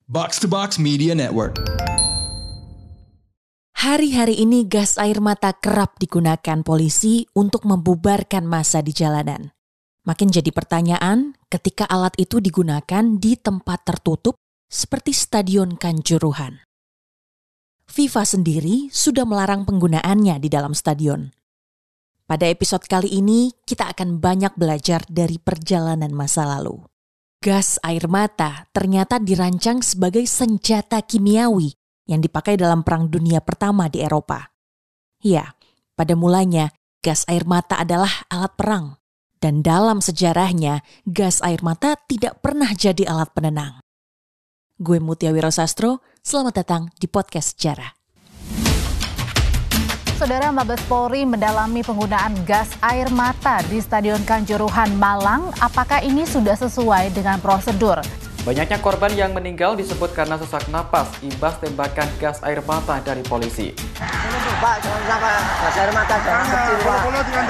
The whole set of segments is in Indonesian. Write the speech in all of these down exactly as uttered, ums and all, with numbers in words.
Box to Box Media Network. Hari-hari ini gas air mata kerap digunakan polisi untuk membubarkan massa di jalanan. Makin jadi pertanyaan ketika alat itu digunakan di tempat tertutup seperti Stadion Kanjuruhan. FIFA sendiri sudah melarang penggunaannya di dalam stadion. Pada episode kali ini, kita akan banyak belajar dari perjalanan masa lalu. Gas air mata ternyata dirancang sebagai senjata kimiawi yang dipakai dalam Perang Dunia Pertama di Eropa. Ya, pada mulanya gas air mata adalah alat perang. Dan dalam sejarahnya, gas air mata tidak pernah jadi alat penenang. Gue Mutia Wirosastro, selamat datang di Podcast Sejarah. Saudara, Mabes Polri mendalami penggunaan gas air mata di Stadion Kanjuruhan, Malang. Apakah ini sudah sesuai dengan prosedur? Banyaknya korban yang meninggal disebut karena sesak napas imbas tembakan gas air mata dari polisi. Pak, jangan sampai gas air mata, jangan kecil, Pak.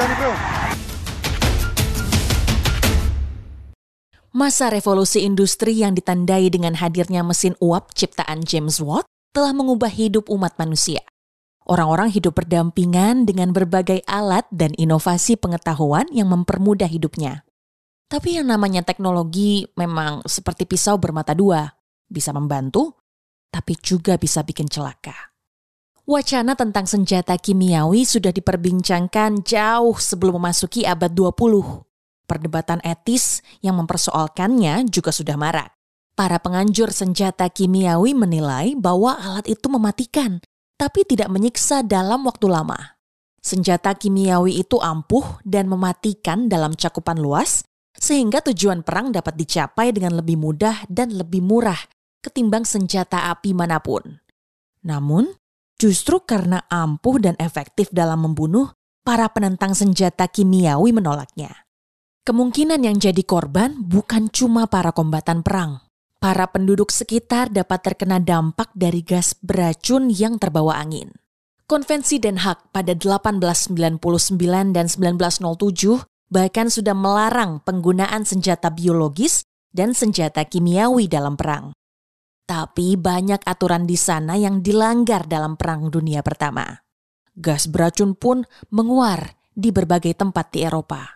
Masa revolusi industri yang ditandai dengan hadirnya mesin uap ciptaan James Watt telah mengubah hidup umat manusia. Orang-orang hidup berdampingan dengan berbagai alat dan inovasi pengetahuan yang mempermudah hidupnya. Tapi yang namanya teknologi memang seperti pisau bermata dua, bisa membantu, tapi juga bisa bikin celaka. Wacana tentang senjata kimiawi sudah diperbincangkan jauh sebelum memasuki abad dua puluh. Perdebatan etis yang mempersoalkannya juga sudah marak. Para penganjur senjata kimiawi menilai bahwa alat itu mematikan, tapi tidak menyiksa dalam waktu lama. Senjata kimiawi itu ampuh dan mematikan dalam cakupan luas, sehingga tujuan perang dapat dicapai dengan lebih mudah dan lebih murah ketimbang senjata api manapun. Namun, justru karena ampuh dan efektif dalam membunuh, para penentang senjata kimiawi menolaknya. Kemungkinan yang jadi korban bukan cuma para kombatan perang. Para penduduk sekitar dapat terkena dampak dari gas beracun yang terbawa angin. Konvensi Den Haag pada delapan belas sembilan puluh sembilan dan sembilan belas nol tujuh bahkan sudah melarang penggunaan senjata biologis dan senjata kimiawi dalam perang. Tapi banyak aturan di sana yang dilanggar dalam Perang Dunia Pertama. Gas beracun pun menguar di berbagai tempat di Eropa.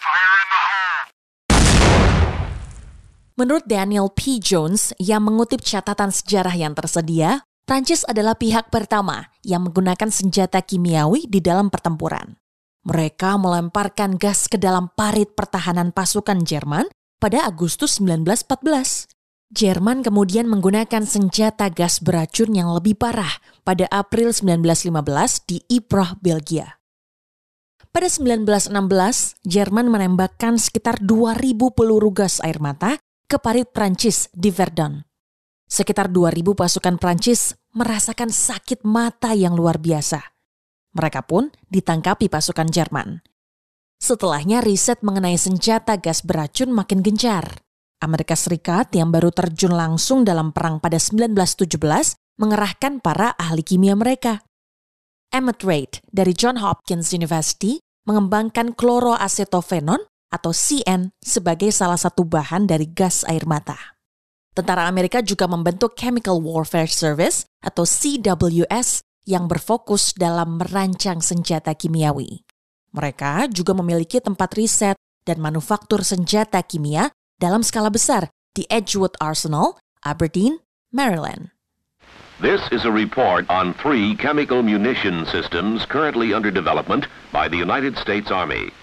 Menurut Daniel P. Jones yang mengutip catatan sejarah yang tersedia, Prancis adalah pihak pertama yang menggunakan senjata kimiawi di dalam pertempuran. Mereka melemparkan gas ke dalam parit pertahanan pasukan Jerman pada Agustus sembilan belas empat belas. Jerman kemudian menggunakan senjata gas beracun yang lebih parah pada April sembilan belas lima belas di Ypres, Belgia. Pada sembilan belas enam belas, Jerman menembakkan sekitar dua ribu peluru gas air mata ke parit Prancis di Verdun. Sekitar dua ribu pasukan Prancis merasakan sakit mata yang luar biasa. Mereka pun ditangkapi pasukan Jerman. Setelahnya riset mengenai senjata gas beracun makin gencar. Amerika Serikat yang baru terjun langsung dalam perang pada sembilan belas tujuh belas mengerahkan para ahli kimia mereka. Emmett Reid dari Johns Hopkins University mengembangkan kloroasetofenon atau C N sebagai salah satu bahan dari gas air mata. Tentara Amerika juga membentuk Chemical Warfare Service atau C W S yang berfokus dalam merancang senjata kimiawi. Mereka juga memiliki tempat riset dan manufaktur senjata kimia dalam skala besar di Edgewood Arsenal, Aberdeen, Maryland. This is a report on three chemical munition systems currently under development by the United States Army.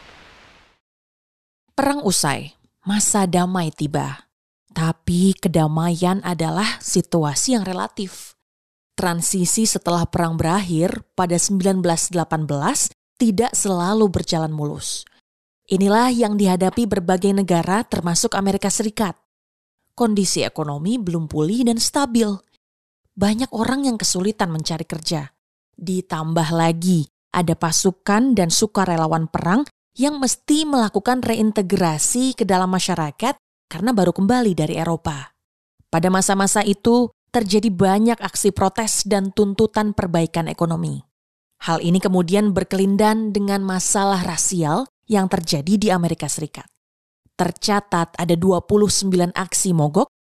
Perang usai, masa damai tiba. Tapi kedamaian adalah situasi yang relatif. Transisi setelah perang berakhir pada sembilan belas delapan belas tidak selalu berjalan mulus. Inilah yang dihadapi berbagai negara termasuk Amerika Serikat. Kondisi ekonomi belum pulih dan stabil. Banyak orang yang kesulitan mencari kerja. Ditambah lagi ada pasukan dan sukarelawan perang yang mesti melakukan reintegrasi ke dalam masyarakat karena baru kembali dari Eropa. Pada masa-masa itu, terjadi banyak aksi protes dan tuntutan perbaikan ekonomi. Hal ini kemudian berkelindan dengan masalah rasial yang terjadi di Amerika Serikat. Tercatat ada dua puluh sembilan aksi mogok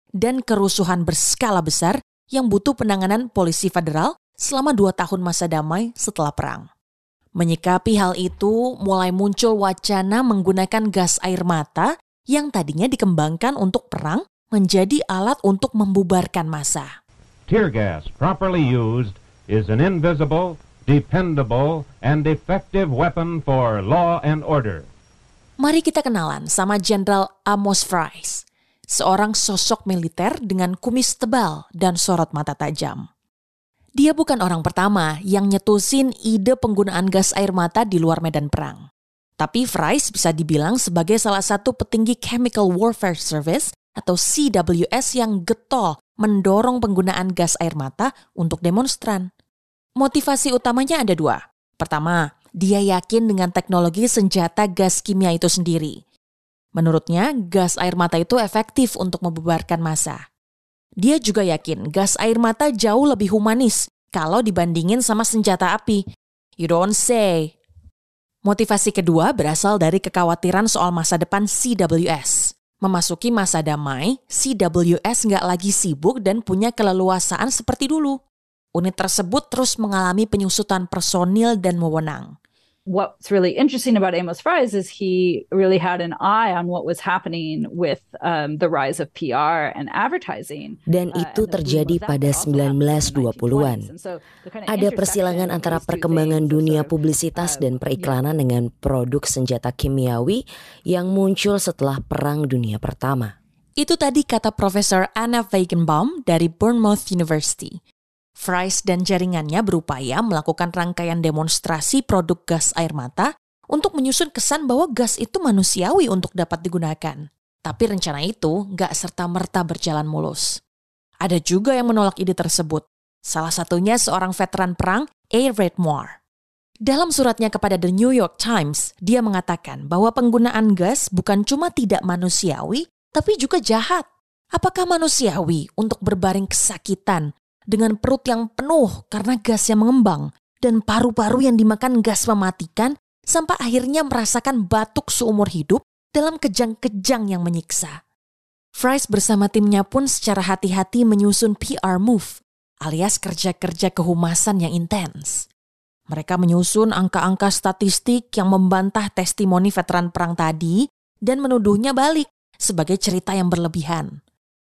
dan kerusuhan berskala besar yang butuh penanganan polisi federal selama dua tahun masa damai setelah perang. Menyikapi hal itu, mulai muncul wacana menggunakan gas air mata yang tadinya dikembangkan untuk perang menjadi alat untuk membubarkan massa. Tear gas, properly used, is an invisible, dependable, and effective weapon for law and order. Mari kita kenalan sama Jenderal Amos Fries, seorang sosok militer dengan kumis tebal dan sorot mata tajam. Dia bukan orang pertama yang nyetusin ide penggunaan gas air mata di luar medan perang. Tapi Fries bisa dibilang sebagai salah satu petinggi Chemical Warfare Service atau C W S yang getol mendorong penggunaan gas air mata untuk demonstran. Motivasi utamanya ada dua. Pertama, dia yakin dengan teknologi senjata gas kimia itu sendiri. Menurutnya, gas air mata itu efektif untuk membubarkan massa. Dia juga yakin gas air mata jauh lebih humanis kalau dibandingin sama senjata api. You don't say. Motivasi kedua berasal dari kekhawatiran soal masa depan C W S. Memasuki masa damai, C W S nggak lagi sibuk dan punya keleluasaan seperti dulu. Unit tersebut terus mengalami penyusutan personil dan wewenang. What's really interesting about Amos Fries is he really had an eye on what was happening with um, the rise of P R and advertising. Dan itu terjadi pada sembilan belas dua puluhan. Ada persilangan antara perkembangan dunia publisitas dan periklanan dengan produk senjata kimiawi yang muncul setelah Perang Dunia Pertama. Itu tadi kata Profesor Anna Feigenbaum dari Bournemouth University. Fries dan jaringannya berupaya melakukan rangkaian demonstrasi produk gas air mata untuk menyusun kesan bahwa gas itu manusiawi untuk dapat digunakan. Tapi rencana itu nggak serta-merta berjalan mulus. Ada juga yang menolak ide tersebut. Salah satunya seorang veteran perang, A. Redmore. Dalam suratnya kepada The New York Times, dia mengatakan bahwa penggunaan gas bukan cuma tidak manusiawi, tapi juga jahat. Apakah manusiawi untuk berbaring kesakitan dengan perut yang penuh karena gas yang mengembang dan paru-paru yang dimakan gas mematikan sampai akhirnya merasakan batuk seumur hidup dalam kejang-kejang yang menyiksa? Fries bersama timnya pun secara hati-hati menyusun P R move alias kerja-kerja kehumasan yang intens. Mereka menyusun angka-angka statistik yang membantah testimoni veteran perang tadi dan menuduhnya balik sebagai cerita yang berlebihan.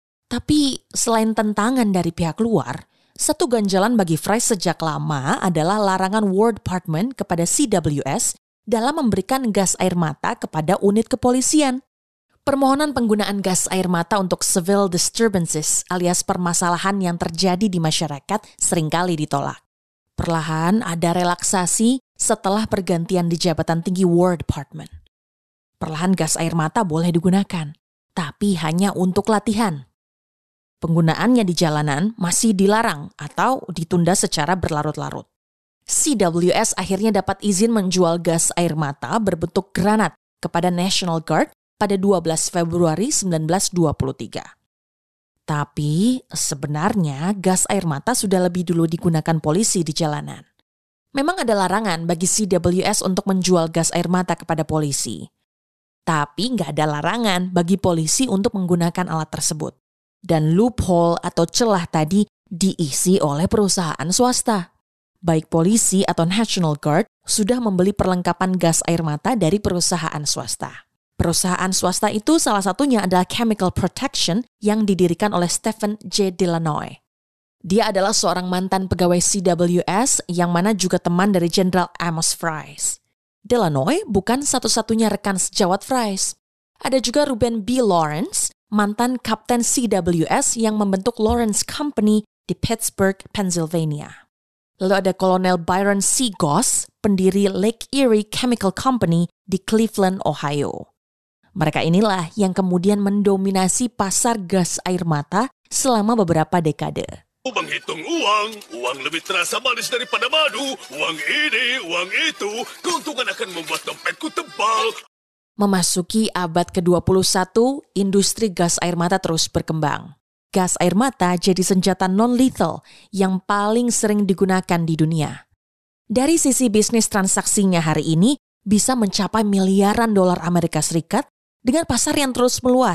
Tapi selain tentangan dari pihak luar, satu ganjalan bagi Fries sejak lama adalah larangan War Department kepada C W S dalam memberikan gas air mata kepada unit kepolisian. Permohonan penggunaan gas air mata untuk civil disturbances alias permasalahan yang terjadi di masyarakat seringkali ditolak. Perlahan ada relaksasi setelah pergantian di jabatan tinggi War Department. Perlahan gas air mata boleh digunakan, tapi hanya untuk latihan. Penggunaannya di jalanan masih dilarang atau ditunda secara berlarut-larut. C W S akhirnya dapat izin menjual gas air mata berbentuk granat kepada National Guard pada dua belas Februari sembilan belas dua puluh tiga. Tapi sebenarnya gas air mata sudah lebih dulu digunakan polisi di jalanan. Memang ada larangan bagi C W S untuk menjual gas air mata kepada polisi. Tapi nggak ada larangan bagi polisi untuk menggunakan alat tersebut. Dan loophole atau celah tadi diisi oleh perusahaan swasta. Baik polisi atau National Guard sudah membeli perlengkapan gas air mata dari perusahaan swasta. Perusahaan swasta itu salah satunya adalah Chemical Protection yang didirikan oleh Stephen J. Delanoy. Dia adalah seorang mantan pegawai C W S yang mana juga teman dari Jenderal Amos Fries. Delanoy bukan satu-satunya rekan sejawat Fries. Ada juga Ruben B. Lawrence, mantan kapten C W S yang membentuk Lawrence Company di Pittsburgh, Pennsylvania. Lalu ada Kolonel Byron C. Goss, pendiri Lake Erie Chemical Company di Cleveland, Ohio. Mereka inilah yang kemudian mendominasi pasar gas air mata selama beberapa dekade. Menghitung uang, uang lebih terasa manis daripada madu, uang ini, uang itu, keuntungan akan membuat dompetku tebal. Memasuki abad ke dua puluh satu, industri gas air mata terus berkembang. Gas air mata jadi senjata non-lethal yang paling sering digunakan di dunia. Dari sisi bisnis transaksinya hari ini bisa mencapai miliaran dolar Amerika Serikat dengan pasar yang terus meluas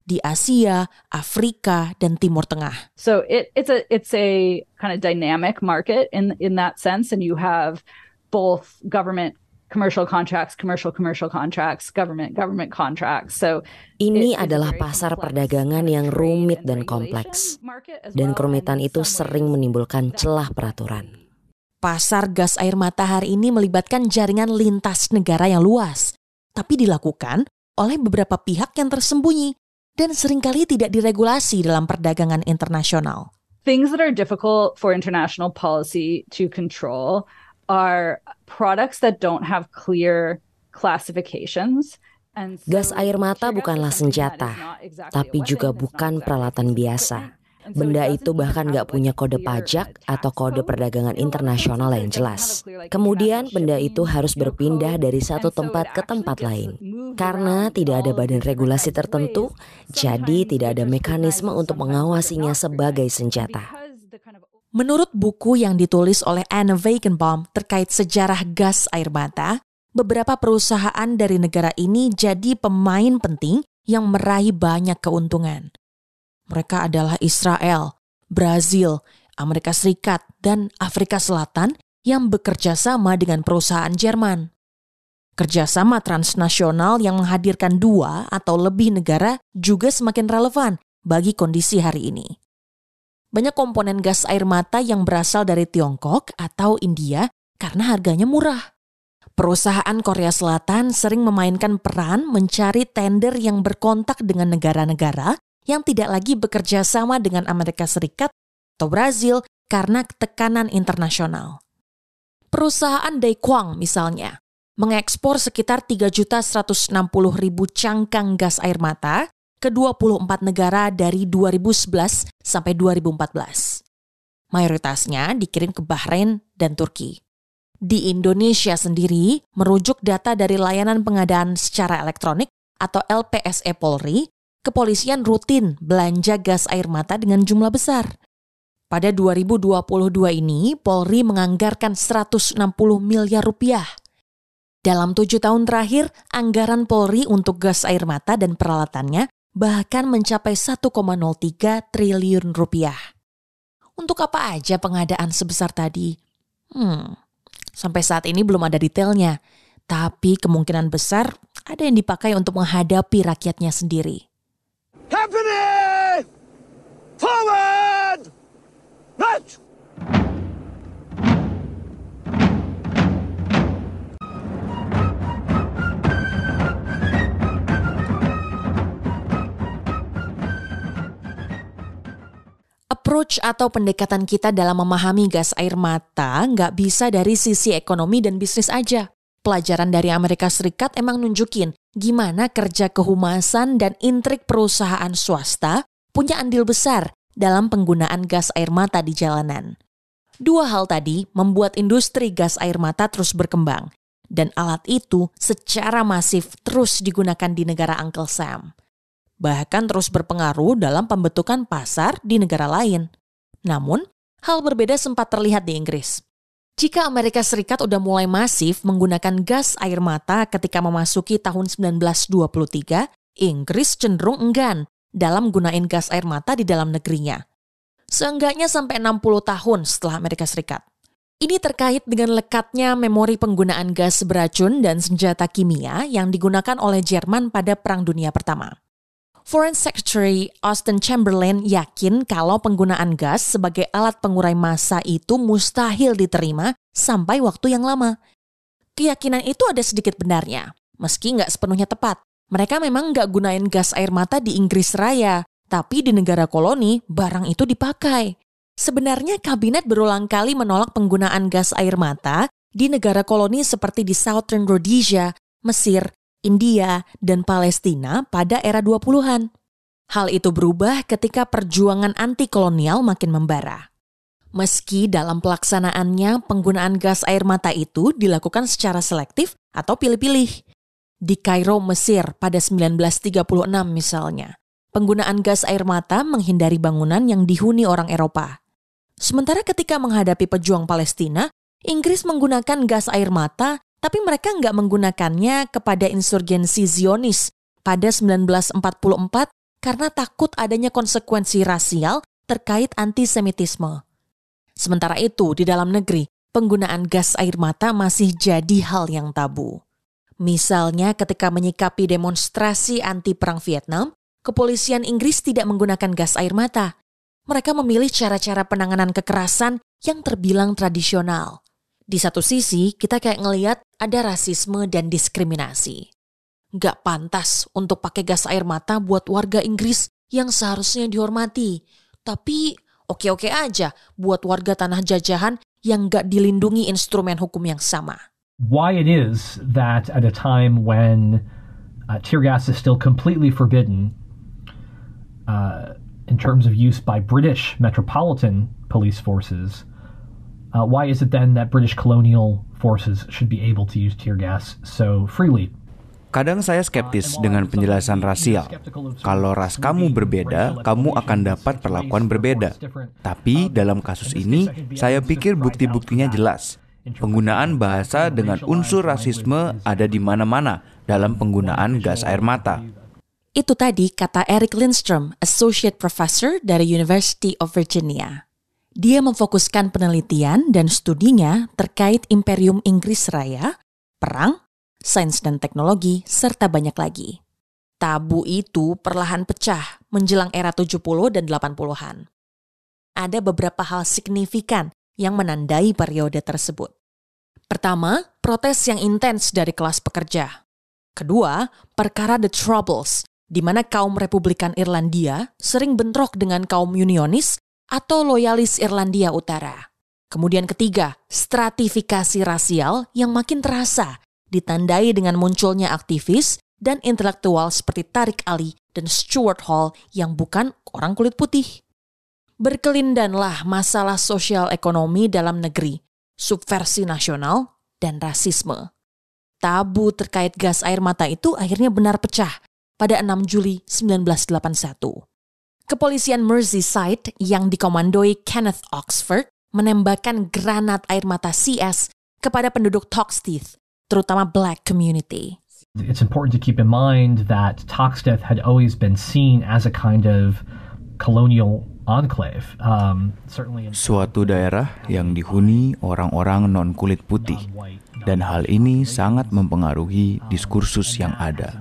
di Asia, Afrika, dan Timur Tengah. So it, it's a it's a kind of dynamic market in in that sense, and you have both government commercial contracts, commercial commercial contracts, government government contracts. So ini adalah pasar perdagangan yang rumit dan kompleks, dan kerumitan itu sering menimbulkan celah peraturan. Pasar gas air mata hari ini melibatkan jaringan lintas negara yang luas, tapi dilakukan oleh beberapa pihak yang tersembunyi dan seringkali tidak diregulasi dalam perdagangan internasional. Things that are difficult for international policy to control are products that don't have clear classifications. Gas air mata bukanlah senjata, tapi juga bukan peralatan biasa. Benda itu bahkan gak punya kode pajak atau kode perdagangan internasional yang jelas. Kemudian benda itu harus berpindah dari satu tempat ke tempat lain. Karena tidak ada badan regulasi tertentu, jadi tidak ada mekanisme untuk mengawasinya sebagai senjata. Menurut buku yang ditulis oleh Anne Wagenbaum terkait sejarah gas air mata, beberapa perusahaan dari negara ini jadi pemain penting yang meraih banyak keuntungan. Mereka adalah Israel, Brazil, Amerika Serikat, dan Afrika Selatan yang bekerja sama dengan perusahaan Jerman. Kerjasama transnasional yang menghadirkan dua atau lebih negara juga semakin relevan bagi kondisi hari ini. Banyak komponen gas air mata yang berasal dari Tiongkok atau India karena harganya murah. Perusahaan Korea Selatan sering memainkan peran mencari tender yang berkontak dengan negara-negara yang tidak lagi bekerja sama dengan Amerika Serikat atau Brazil karena tekanan internasional. Perusahaan Daequang misalnya mengekspor sekitar tiga juta seratus enam puluh ribu cangkang gas air mata ke dua puluh empat negara dari dua ribu sebelas sampai dua ribu empat belas. Mayoritasnya dikirim ke Bahrain dan Turki. Di Indonesia sendiri, merujuk data dari layanan pengadaan secara elektronik atau L P S E Polri, kepolisian rutin belanja gas air mata dengan jumlah besar. Pada dua ribu dua puluh dua ini, Polri menganggarkan seratus enam puluh miliar rupiah. Dalam tujuh tahun terakhir, anggaran Polri untuk gas air mata dan peralatannya bahkan mencapai satu koma nol tiga triliun rupiah. Untuk apa aja pengadaan sebesar tadi? Hmm, sampai saat ini belum ada detailnya, tapi kemungkinan besar ada yang dipakai untuk menghadapi rakyatnya sendiri. Company! Forward! March! Approach atau pendekatan kita dalam memahami gas air mata nggak bisa dari sisi ekonomi dan bisnis aja. Pelajaran dari Amerika Serikat emang nunjukin gimana kerja kehumasan dan intrik perusahaan swasta punya andil besar dalam penggunaan gas air mata di jalanan. Dua hal tadi membuat industri gas air mata terus berkembang, dan alat itu secara masif terus digunakan di negara Uncle Sam. Bahkan terus berpengaruh dalam pembentukan pasar di negara lain. Namun, hal berbeda sempat terlihat di Inggris. Jika Amerika Serikat udah mulai masif menggunakan gas air mata ketika memasuki tahun sembilan belas dua puluh tiga, Inggris cenderung enggan dalam gunain gas air mata di dalam negerinya. Seenggaknya sampai enam puluh tahun setelah Amerika Serikat. Ini terkait dengan lekatnya memori penggunaan gas beracun dan senjata kimia yang digunakan oleh Jerman pada Perang Dunia Pertama. Foreign Secretary Austen Chamberlain yakin kalau penggunaan gas sebagai alat pengurai massa itu mustahil diterima sampai waktu yang lama. Keyakinan itu ada sedikit benarnya, meski nggak sepenuhnya tepat. Mereka memang nggak gunain gas air mata di Inggris Raya, tapi di negara koloni barang itu dipakai. Sebenarnya kabinet berulang kali menolak penggunaan gas air mata di negara koloni seperti di Southern Rhodesia, Mesir, India, dan Palestina pada era dua puluhan. Hal itu berubah ketika perjuangan anti-kolonial makin membara. Meski dalam pelaksanaannya penggunaan gas air mata itu dilakukan secara selektif atau pilih-pilih. Di Kairo, Mesir pada sembilan belas tiga puluh enam misalnya, penggunaan gas air mata menghindari bangunan yang dihuni orang Eropa. Sementara ketika menghadapi pejuang Palestina, Inggris menggunakan gas air mata, tapi mereka nggak menggunakannya kepada insurgensi Zionis pada sembilan belas empat puluh empat karena takut adanya konsekuensi rasial terkait antisemitisme. Sementara itu, di dalam negeri, penggunaan gas air mata masih jadi hal yang tabu. Misalnya ketika menyikapi demonstrasi anti perang Vietnam, kepolisian Inggris tidak menggunakan gas air mata. Mereka memilih cara-cara penanganan kekerasan yang terbilang tradisional. Di satu sisi, kita kayak ngelihat ada rasisme dan diskriminasi. Gak pantas untuk pakai gas air mata buat warga Inggris yang seharusnya dihormati. Tapi oke-oke aja buat warga tanah jajahan yang gak dilindungi instrumen hukum yang sama. Why it is that at a time when uh, tear gas is still completely forbidden uh, in terms of use by British metropolitan police forces, uh, why is it then that British colonial forces should be able to use tear gas so freely? Kadang saya skeptis dengan penjelasan rasial. Kalau ras kamu berbeda, kamu akan dapat perlakuan berbeda. Tapi dalam kasus ini, saya pikir bukti-buktinya jelas. Penggunaan bahasa dengan unsur rasisme ada di mana-mana dalam penggunaan gas air mata. Itu tadi kata Eric Lindstrom, Associate Professor dari University of Virginia. Dia memfokuskan penelitian dan studinya terkait Imperium Inggris Raya, perang, sains dan teknologi, serta banyak lagi. Tabu itu perlahan pecah menjelang era tujuh puluh dan delapan puluhan. Ada beberapa hal signifikan yang menandai periode tersebut. Pertama, protes yang intens dari kelas pekerja. Kedua, perkara The Troubles, di mana kaum Republikan Irlandia sering bentrok dengan kaum Unionis atau loyalis Irlandia Utara. Kemudian ketiga, stratifikasi rasial yang makin terasa, ditandai dengan munculnya aktivis dan intelektual seperti Tariq Ali dan Stuart Hall yang bukan orang kulit putih. Berkelindanlah masalah sosial ekonomi dalam negeri, subversi nasional, dan rasisme. Tabu terkait gas air mata itu akhirnya benar pecah pada enam Juli sembilan belas delapan puluh satu. Kepolisian Merseyside yang dikomandoi Kenneth Oxford menembakkan granat air mata C S kepada penduduk Toxteth, terutama black community. It's important to keep in mind that Toxteth had always been seen as a kind of colonial enclave. Um, certainly in... Suatu daerah yang dihuni orang-orang non-kulit putih, dan hal ini sangat mempengaruhi diskursus yang ada.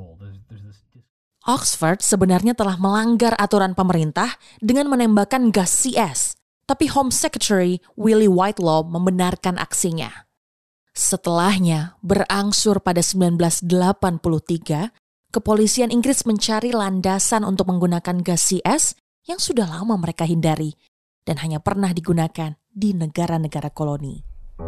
Oxford sebenarnya telah melanggar aturan pemerintah dengan menembakkan gas C S, tapi Home Secretary Willie Whitelaw membenarkan aksinya. Setelahnya, berangsur pada sembilan belas delapan puluh tiga, kepolisian Inggris mencari landasan untuk menggunakan gas C S yang sudah lama mereka hindari dan hanya pernah digunakan di negara-negara koloni.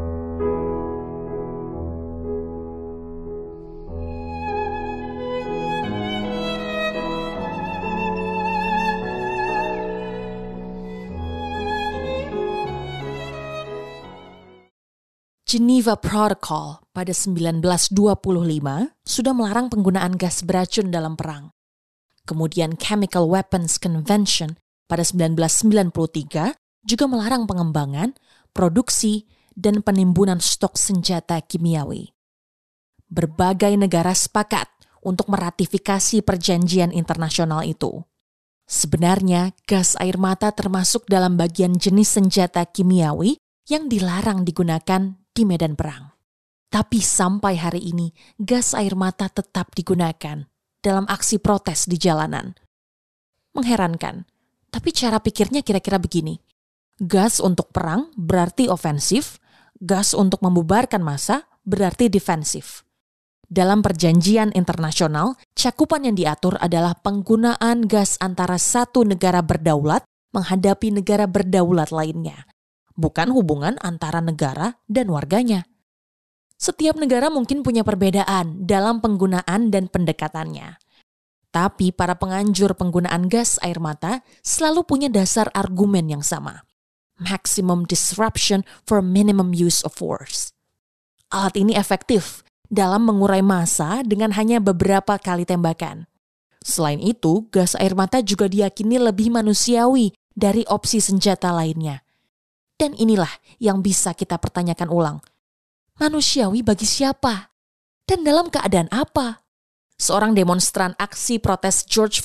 Geneva Protocol pada sembilan belas dua puluh lima sudah melarang penggunaan gas beracun dalam perang. Kemudian Chemical Weapons Convention pada sembilan belas sembilan puluh tiga juga melarang pengembangan, produksi, dan penimbunan stok senjata kimiawi. Berbagai negara sepakat untuk meratifikasi perjanjian internasional itu. Sebenarnya, gas air mata termasuk dalam bagian jenis senjata kimiawi yang dilarang digunakan di medan perang. Tapi sampai hari ini, gas air mata tetap digunakan dalam aksi protes di jalanan. Mengherankan, tapi cara pikirnya kira-kira begini. Gas untuk perang berarti ofensif, gas untuk membubarkan massa berarti defensif. Dalam perjanjian internasional, cakupan yang diatur adalah penggunaan gas antara satu negara berdaulat menghadapi negara berdaulat lainnya. Bukan hubungan antara negara dan warganya. Setiap negara mungkin punya perbedaan dalam penggunaan dan pendekatannya. Tapi para penganjur penggunaan gas air mata selalu punya dasar argumen yang sama. Maximum disruption for minimum use of force. Alat ini efektif dalam mengurai massa dengan hanya beberapa kali tembakan. Selain itu, gas air mata juga diyakini lebih manusiawi dari opsi senjata lainnya. Dan inilah yang bisa kita pertanyakan ulang. Manusiawi bagi siapa? Dan dalam keadaan apa? Seorang demonstran aksi protes George Floyd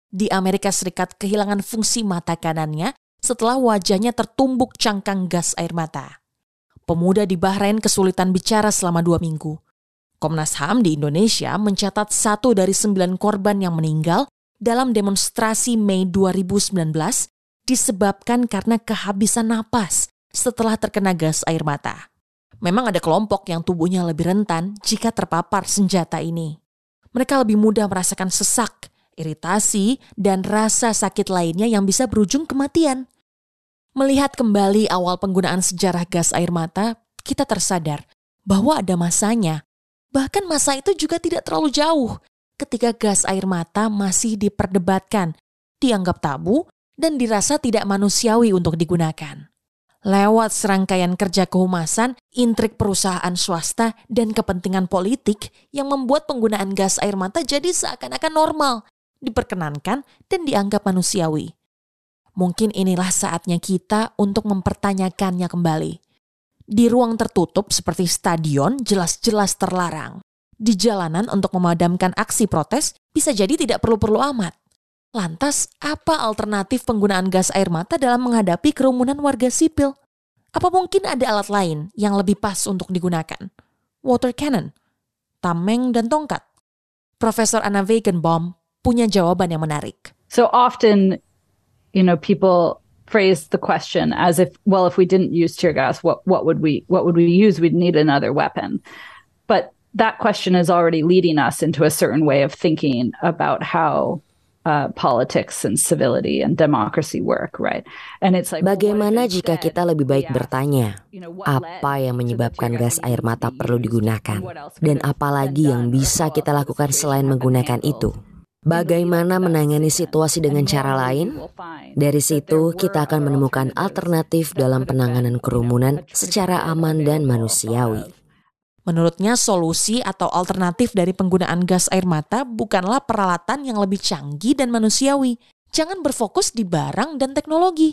di Amerika Serikat kehilangan fungsi mata kanannya setelah wajahnya tertumbuk cangkang gas air mata. Pemuda di Bahrain kesulitan bicara selama dua minggu. Komnas H A M di Indonesia mencatat satu dari sembilan korban yang meninggal dalam demonstrasi Mei dua ribu sembilan belas disebabkan karena kehabisan napas setelah terkena gas air mata. Memang ada kelompok yang tubuhnya lebih rentan jika terpapar senjata ini. Mereka lebih mudah merasakan sesak, iritasi, dan rasa sakit lainnya yang bisa berujung kematian. Melihat kembali awal penggunaan sejarah gas air mata, kita tersadar bahwa ada masanya. Bahkan masa itu juga tidak terlalu jauh ketika gas air mata masih diperdebatkan, dianggap tabu, dan dirasa tidak manusiawi untuk digunakan. Lewat serangkaian kerja kehumasan, intrik perusahaan swasta, dan kepentingan politik yang membuat penggunaan gas air mata jadi seakan-akan normal, diperkenankan, dan dianggap manusiawi. Mungkin inilah saatnya kita untuk mempertanyakannya kembali. Di ruang tertutup seperti stadion jelas-jelas terlarang. Di jalanan untuk memadamkan aksi protes bisa jadi tidak perlu-perlu amat. Lantas, apa alternatif penggunaan gas air mata dalam menghadapi kerumunan warga sipil? Apa mungkin ada alat lain yang lebih pas untuk digunakan? Water cannon, tameng, dan tongkat? Profesor Anna Wagenbaum punya jawaban yang menarik. So often, you know, people phrase the question as if, well, if we didn't use tear gas, what what would we what would we use? We'd need another weapon. But that question is already leading us into a certain way of thinking about how uh, politics and civility and democracy work, right? And it's like, bagaimana jika kita lebih baik bertanya, apa yang menyebabkan gas air mata perlu digunakan? Dan apa lagi yang bisa kita lakukan selain menggunakan itu? Bagaimana menangani situasi dengan cara lain? Dari situ kita akan menemukan alternatif dalam penanganan kerumunan secara aman dan manusiawi. Menurutnya solusi atau alternatif dari penggunaan gas air mata bukanlah peralatan yang lebih canggih dan manusiawi. Jangan berfokus di barang dan teknologi.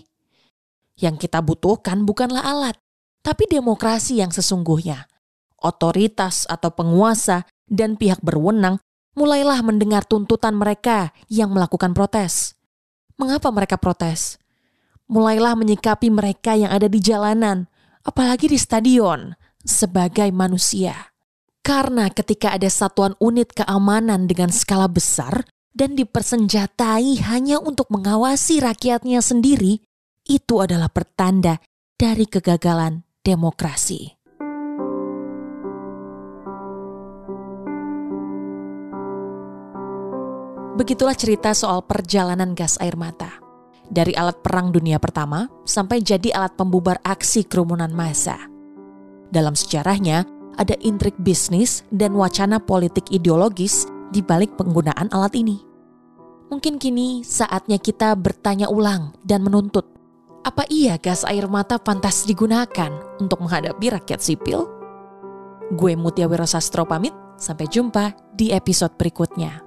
Yang kita butuhkan bukanlah alat, tapi demokrasi yang sesungguhnya. Otoritas atau penguasa dan pihak berwenang mulailah mendengar tuntutan mereka yang melakukan protes. Mengapa mereka protes? Mulailah menyikapi mereka yang ada di jalanan, apalagi di stadion, sebagai manusia. Karena ketika ada satuan unit keamanan dengan skala besar dan dipersenjatai hanya untuk mengawasi rakyatnya sendiri, itu adalah pertanda dari kegagalan demokrasi. Begitulah cerita soal perjalanan gas air mata. Dari alat perang dunia pertama sampai jadi alat pembubar aksi kerumunan massa. Dalam sejarahnya, ada intrik bisnis dan wacana politik ideologis di balik penggunaan alat ini. Mungkin kini saatnya kita bertanya ulang dan menuntut, apa iya gas air mata pantas digunakan untuk menghadapi rakyat sipil? Gue Mutia Wiro Sastro pamit, sampai jumpa di episode berikutnya.